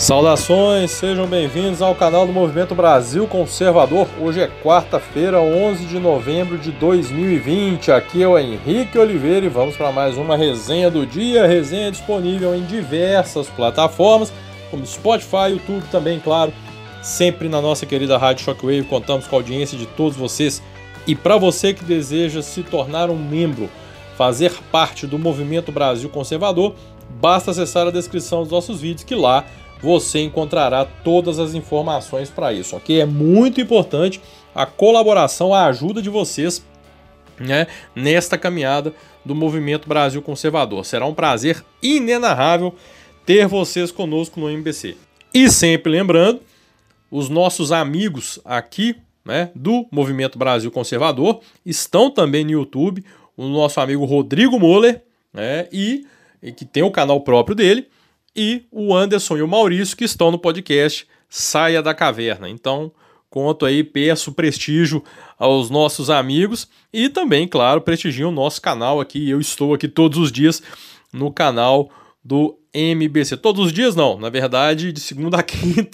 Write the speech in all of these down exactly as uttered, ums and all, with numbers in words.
Saudações, sejam bem-vindos ao canal do Movimento Brasil Conservador. Hoje é quarta-feira, onze de novembro de dois mil e vinte. Aqui é o Henrique Oliveira e vamos para mais uma resenha do dia. Resenha disponível em diversas plataformas, como Spotify, YouTube também, claro. Sempre na nossa querida Rádio Shockwave, contamos com a audiência de todos vocês. E para você que deseja se tornar um membro, fazer parte do Movimento Brasil Conservador, basta acessar a descrição dos nossos vídeos, que lá você encontrará todas as informações para isso, ok? É muito importante a colaboração, a ajuda de vocês, né, nesta caminhada do Movimento Brasil Conservador. Será um prazer inenarrável ter vocês conosco no M B C. E sempre lembrando, os nossos amigos aqui, né, do Movimento Brasil Conservador estão também no YouTube. O nosso amigo Rodrigo Moller, né, e, e que tem o canal próprio dele, e o Anderson e o Maurício, que estão no podcast Saia da Caverna. Então, conto aí, peço prestígio aos nossos amigos e também, claro, prestigiem o nosso canal aqui. Eu estou aqui todos os dias no canal do M B C. Todos os dias não, na verdade, de segunda a quinta.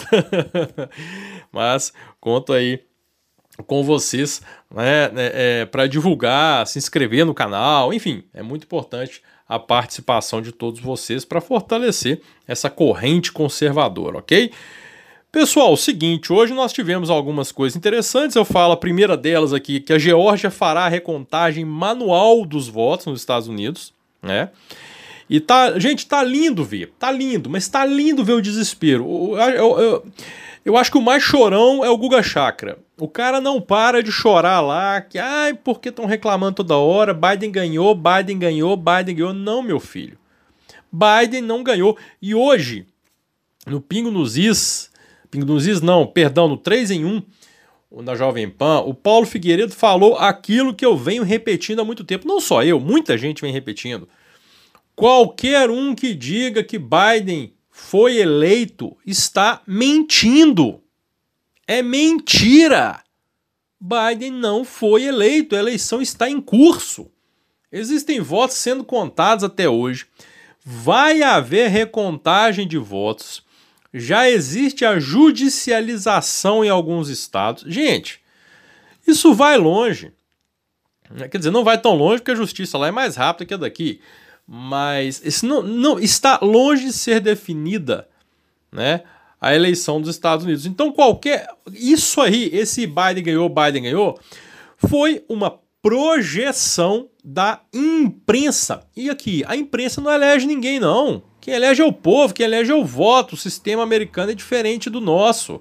Mas conto aí com vocês, né, é, para divulgar, se inscrever no canal, enfim, é muito importante a participação de todos vocês para fortalecer essa corrente conservadora, ok? Pessoal, o seguinte, hoje nós tivemos algumas coisas interessantes. Eu falo a primeira delas aqui, que a Geórgia fará a recontagem manual dos votos nos Estados Unidos, né? E tá, gente, tá lindo ver, tá lindo, mas tá lindo ver o desespero. Eu, eu, eu, eu acho que o mais chorão é o Guga Chakra. O cara não para de chorar lá, que ai, porque estão reclamando toda hora, Biden ganhou, Biden ganhou, Biden ganhou. Não, meu filho. Biden não ganhou. E hoje, no Pingo nos Is, Pingo nos Is não, perdão, no três em um, na Jovem Pan, o Paulo Figueiredo falou aquilo que eu venho repetindo há muito tempo. Não só eu, muita gente vem repetindo. Qualquer um que diga que Biden foi eleito está mentindo. É mentira! Biden não foi eleito, a eleição está em curso. Existem votos sendo contados até hoje. Vai haver recontagem de votos. Já existe a judicialização em alguns estados. Gente, isso vai longe. Quer dizer, não vai tão longe porque a justiça lá é mais rápida que a daqui. Mas isso não, não está longe de ser definida, né, a eleição dos Estados Unidos. Então qualquer... Isso aí, esse Biden ganhou, Biden ganhou, foi uma projeção da imprensa. E aqui, a imprensa não elege ninguém, não. Quem elege é o povo, quem elege é o voto. O sistema americano é diferente do nosso.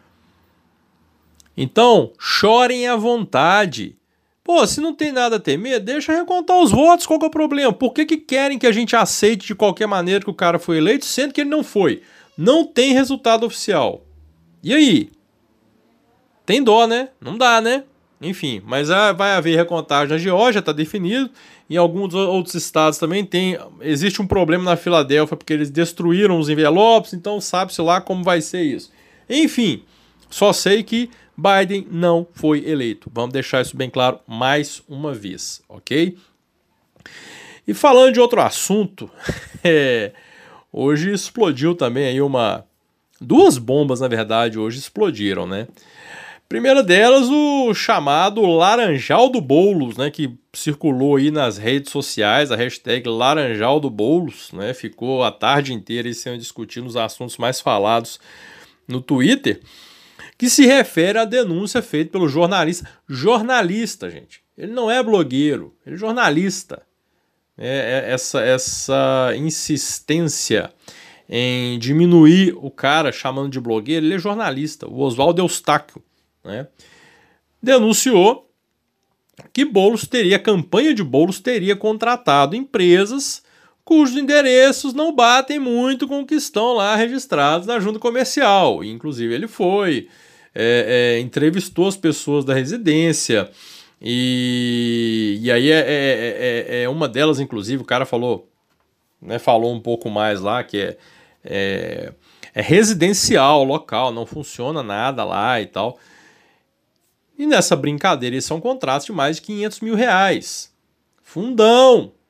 Então, chorem à vontade. Pô, se não tem nada a temer, deixa recontar os votos, qual que é o problema? Por que que querem que a gente aceite de qualquer maneira que o cara foi eleito, sendo que ele não foi? Não tem resultado oficial. E aí? Tem dó, né? Não dá, né? Enfim, mas ah, vai haver recontagem na Geórgia, está definido. Em alguns outros estados também tem. Existe um problema na Filadélfia, porque eles destruíram os envelopes, então sabe-se lá como vai ser isso. Enfim, só sei que Biden não foi eleito. Vamos deixar isso bem claro mais uma vez, ok? E falando de outro assunto, é, hoje explodiu também aí uma... Duas bombas, na verdade, hoje explodiram, né? Primeira delas, o chamado Laranjal do Boulos, né? Que circulou aí nas redes sociais, a hashtag Laranjal do Boulos, né? Ficou a tarde inteira aí sendo discutido os assuntos mais falados no Twitter, que se refere à denúncia feita pelo jornalista. Jornalista, gente. Ele não é blogueiro, ele é jornalista. É, é essa, essa insistência em diminuir o cara chamando de blogueiro, ele é jornalista. O Oswaldo Eustáquio, né, denunciou que Boulos teria, a campanha de Boulos teria contratado empresas cujos endereços não batem muito com o que estão lá registrados na junta comercial. Inclusive ele foi... É, é, entrevistou as pessoas da residência e, e aí é, é, é, é uma delas, inclusive, o cara falou, né, falou um pouco mais lá, que é, é, é residencial, local, não funciona nada lá e tal. E nessa brincadeira, esses são contratos de mais de quinhentos mil reais. Fundão,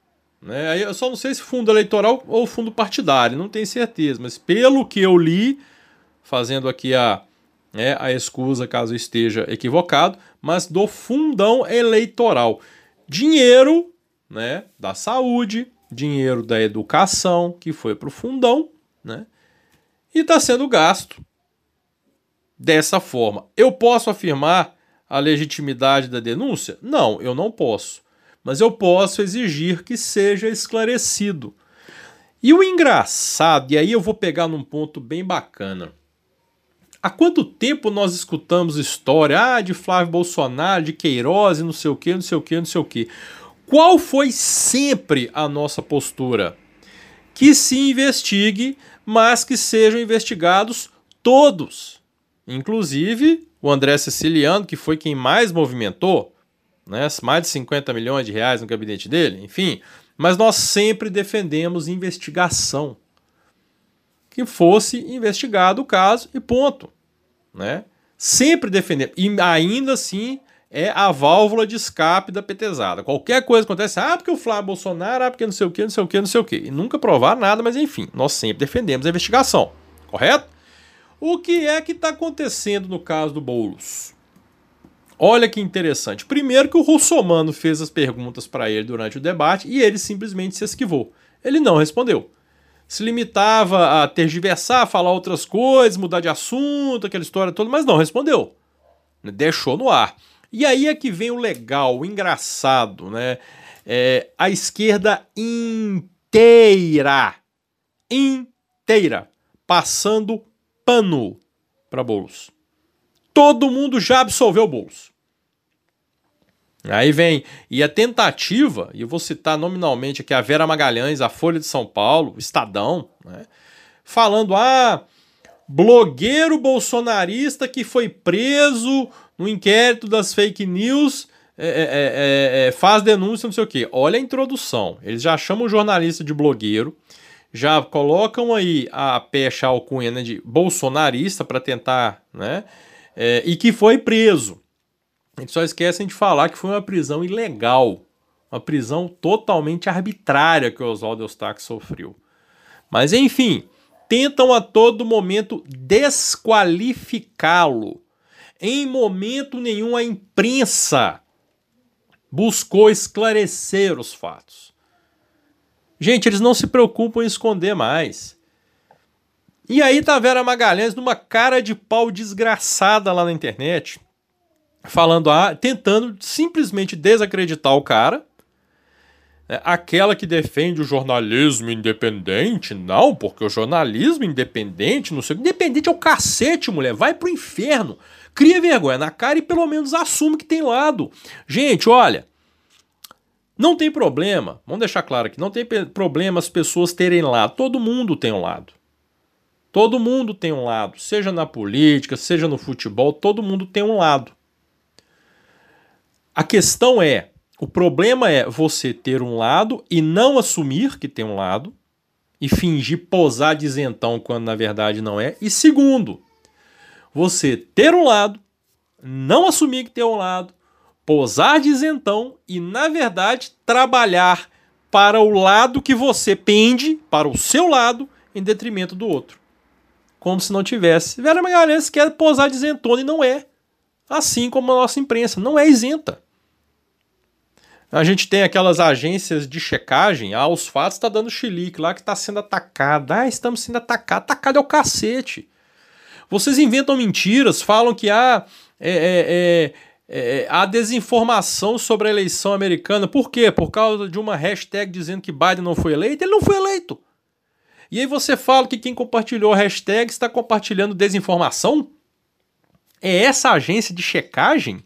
Né? Aí eu só não sei se fundo eleitoral ou fundo partidário, não tenho certeza, mas pelo que eu li, fazendo aqui a, né, a escusa caso eu esteja equivocado, mas do fundão eleitoral. Dinheiro, né, da saúde, dinheiro da educação, que foi para o fundão, né, e está sendo gasto dessa forma. Eu posso afirmar a legitimidade da denúncia? Não, eu não posso. Mas eu posso exigir que seja esclarecido. E o engraçado, e aí eu vou pegar num ponto bem bacana. Há quanto tempo nós escutamos história ah, de Flávio Bolsonaro, de Queiroz, não sei o quê, não sei o quê, não sei o quê. Qual foi sempre a nossa postura? Que se investigue, mas que sejam investigados todos. Inclusive o André Siciliano, que foi quem mais movimentou, né, mais de cinquenta milhões de reais no gabinete dele, enfim. Mas nós sempre defendemos investigação. Que fosse investigado o caso e ponto. Né? Sempre defendemos. E ainda assim é a válvula de escape da petezada. Qualquer coisa acontece, ah, porque o Flávio Bolsonaro, ah, porque não sei o que, não sei o que, não sei o que. E nunca provar nada, mas enfim, nós sempre defendemos a investigação. Correto? O que é que está acontecendo no caso do Boulos? Olha que interessante. Primeiro que o Russomano fez as perguntas para ele durante o debate e ele simplesmente se esquivou. Ele não respondeu. Se limitava a tergiversar, falar outras coisas, mudar de assunto, aquela história toda, mas não respondeu. Deixou no ar. E aí é que vem o legal, o engraçado, né? É, a esquerda inteira, inteira, passando pano para Boulos. Todo mundo já absolveu Boulos. Aí vem, e a tentativa, e eu vou citar nominalmente aqui a Vera Magalhães, a Folha de São Paulo, o Estadão, né, falando, ah, blogueiro bolsonarista que foi preso no inquérito das fake news, é, é, é, é, faz denúncia, não sei o quê. Olha a introdução, eles já chamam o jornalista de blogueiro, já colocam aí a pecha alcunha, né, de bolsonarista para tentar, né, É, e que foi preso. A gente só esquece de falar que foi uma prisão ilegal. Uma prisão totalmente arbitrária que o Oswaldo Eustáquio sofreu. Mas, enfim, tentam a todo momento desqualificá-lo. Em momento nenhum a imprensa buscou esclarecer os fatos. Gente, eles não se preocupam em esconder mais. E aí tá a Vera Magalhães numa cara de pau desgraçada lá na internet, falando, ah, tentando simplesmente desacreditar o cara, né, aquela que defende o jornalismo independente, não, porque o jornalismo independente, não sei, independente é o cacete, mulher, vai pro inferno, cria vergonha na cara e pelo menos assume que tem lado. Gente, olha, não tem problema, vamos deixar claro aqui, não tem problema as pessoas terem lado, todo mundo tem um lado. Todo mundo tem um lado, seja na política, seja no futebol, todo mundo tem um lado. A questão é, o problema é você ter um lado e não assumir que tem um lado e fingir posar de isentão quando na verdade não é. E segundo, você ter um lado, não assumir que tem um lado, posar de isentão e na verdade trabalhar para o lado que você pende, para o seu lado, em detrimento do outro. Como se não tivesse. Vera Magalhães quer posar de isentona e não é. Assim como a nossa imprensa, não é isenta. A gente tem aquelas agências de checagem, ah, os fatos está dando chilique lá que está sendo atacado. Ah, estamos sendo atacados. Atacado é o cacete. Vocês inventam mentiras, falam que há, é, é, é, há desinformação sobre a eleição americana. Por quê? Por causa de uma hashtag dizendo que Biden não foi eleito? Ele não foi eleito. E aí você fala que quem compartilhou a hashtag está compartilhando desinformação? É essa agência de checagem?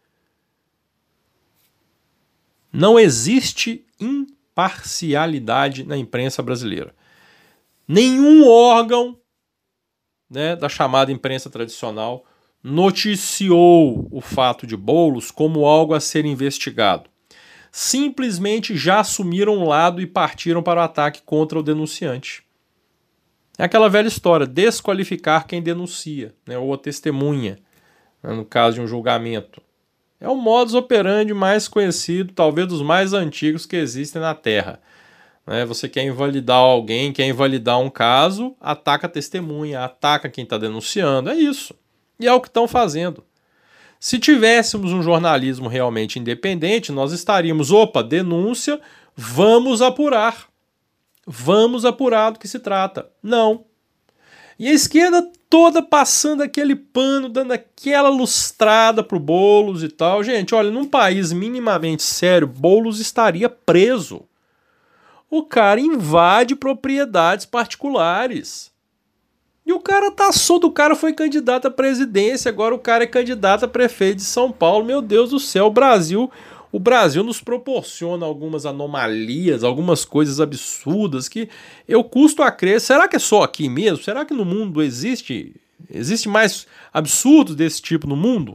Não existe imparcialidade na imprensa brasileira. Nenhum órgão, né, da chamada imprensa tradicional noticiou o fato de Boulos como algo a ser investigado. Simplesmente já assumiram um lado e partiram para o ataque contra o denunciante. É aquela velha história, desqualificar quem denuncia, né, ou a testemunha, né, no caso de um julgamento. É o modus operandi mais conhecido, talvez dos mais antigos que existem na Terra. né? Você quer invalidar alguém, quer invalidar um caso, ataca a testemunha, ataca quem está denunciando, é isso. E é o que estão fazendo. Se tivéssemos um jornalismo realmente independente, nós estaríamos, opa, denúncia, vamos apurar. Vamos apurar do que se trata. Não. E a esquerda toda passando aquele pano, dando aquela lustrada pro Boulos e tal. Gente, olha, num país minimamente sério, Boulos estaria preso. O cara invade propriedades particulares. E o cara tá solto, o cara foi candidato à presidência, agora o cara é candidato a prefeito de São Paulo. Meu Deus do céu, o Brasil, o Brasil nos proporciona algumas anomalias, algumas coisas absurdas que eu custo a crer. Será que é só aqui mesmo? Será que no mundo existe, existe mais absurdos desse tipo no mundo?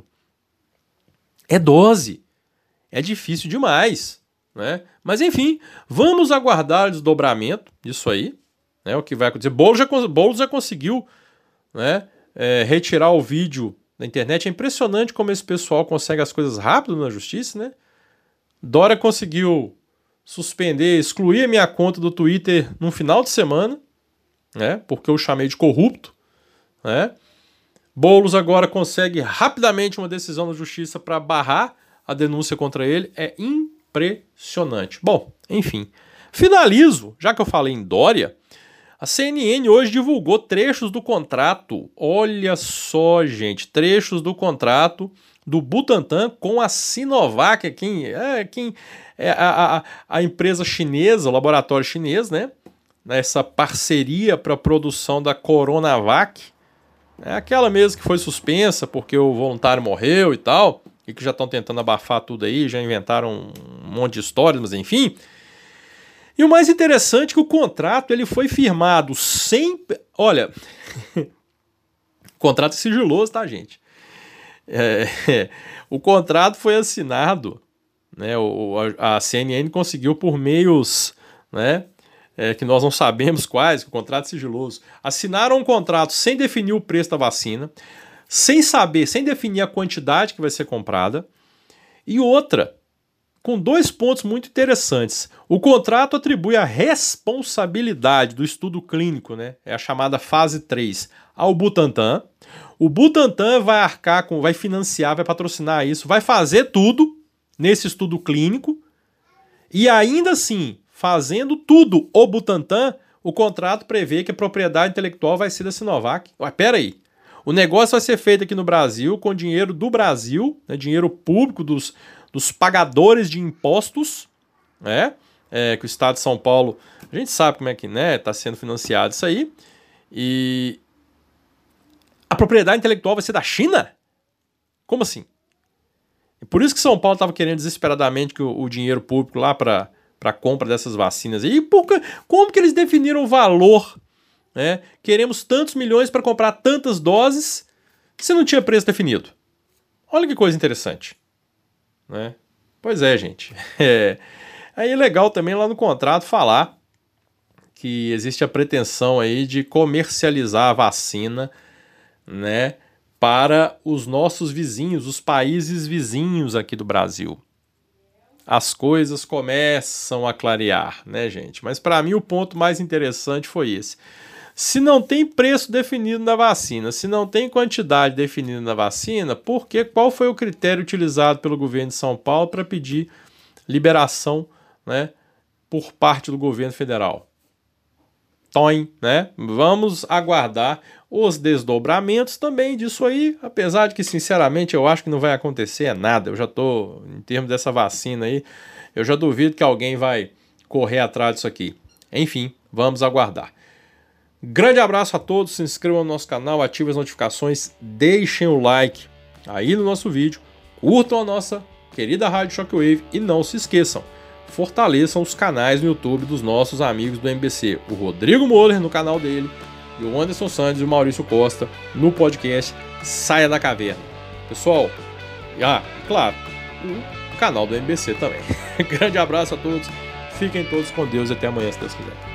É dose. É difícil demais, né? Mas enfim, vamos aguardar o desdobramento disso aí. É o que vai acontecer. Boulos já, Boulos já conseguiu, né, é, retirar o vídeo da internet. É impressionante como esse pessoal consegue as coisas rápido na justiça, né? Dória conseguiu suspender, excluir a minha conta do Twitter num final de semana, né, porque eu chamei de corrupto, né? Boulos agora consegue rapidamente uma decisão da justiça para barrar a denúncia contra ele. É impressionante. Bom, enfim. Finalizo, já que eu falei em Dória. A C N N hoje divulgou trechos do contrato, olha só, gente, trechos do contrato do Butantan com a Sinovac, quem é, quem é a, a, a empresa chinesa, o laboratório chinês, né? Essa parceria para a produção da Coronavac, é aquela mesmo que foi suspensa porque o voluntário morreu e tal, e que já estão tentando abafar tudo aí, já inventaram um monte de histórias, mas enfim. E o mais interessante é que o contrato ele foi firmado sem... Olha, contrato é sigiloso, tá, gente? É, é, o contrato foi assinado, né, o, a, a C N N conseguiu por meios, né, é, que nós não sabemos quais, o contrato é sigiloso. Assinaram um contrato sem definir o preço da vacina, sem saber, sem definir a quantidade que vai ser comprada. E outra... com dois pontos muito interessantes. O contrato atribui a responsabilidade do estudo clínico, né? É a chamada fase três, ao Butantan. O Butantan vai arcar, com, vai financiar, vai patrocinar isso, vai fazer tudo nesse estudo clínico. E ainda assim, fazendo tudo o Butantan, o contrato prevê que a propriedade intelectual vai ser da Sinovac. Ué, pera aí. O negócio vai ser feito aqui no Brasil, com dinheiro do Brasil, né? Dinheiro público dos... dos pagadores de impostos, né? É, que o Estado de São Paulo, a gente sabe como é que, né, está sendo financiado isso aí. E a propriedade intelectual vai ser da China? Como assim? E por isso que São Paulo estava querendo desesperadamente que o, o dinheiro público lá para a compra dessas vacinas. E por, como que eles definiram o valor? Né? Queremos tantos milhões para comprar tantas doses se não tinha preço definido. Olha que coisa interessante. Né? Pois é, gente. É... Aí é legal também lá no contrato falar que existe a pretensão aí de comercializar a vacina, né, para os nossos vizinhos, os países vizinhos aqui do Brasil. As coisas começam a clarear, né, gente? Mas para mim o ponto mais interessante foi esse. Se não tem preço definido na vacina, se não tem quantidade definida na vacina, por que, qual foi o critério utilizado pelo governo de São Paulo para pedir liberação, né, por parte do governo federal? Toim, né? Vamos aguardar os desdobramentos também disso aí, apesar de que, sinceramente, eu acho que não vai acontecer nada. Eu já estou, em termos dessa vacina aí, eu já duvido que alguém vai correr atrás disso aqui. Enfim, vamos aguardar. Grande abraço a todos, se inscrevam no nosso canal, ativem as notificações, deixem o like aí no nosso vídeo, curtam a nossa querida Rádio Shockwave e não se esqueçam, fortaleçam os canais no YouTube dos nossos amigos do M B C, o Rodrigo Moller no canal dele e o Anderson Santos e o Maurício Costa no podcast Saia da Caverna. Pessoal, ah, claro, o canal do M B C também. Grande abraço a todos, fiquem todos com Deus e até amanhã se Deus quiser.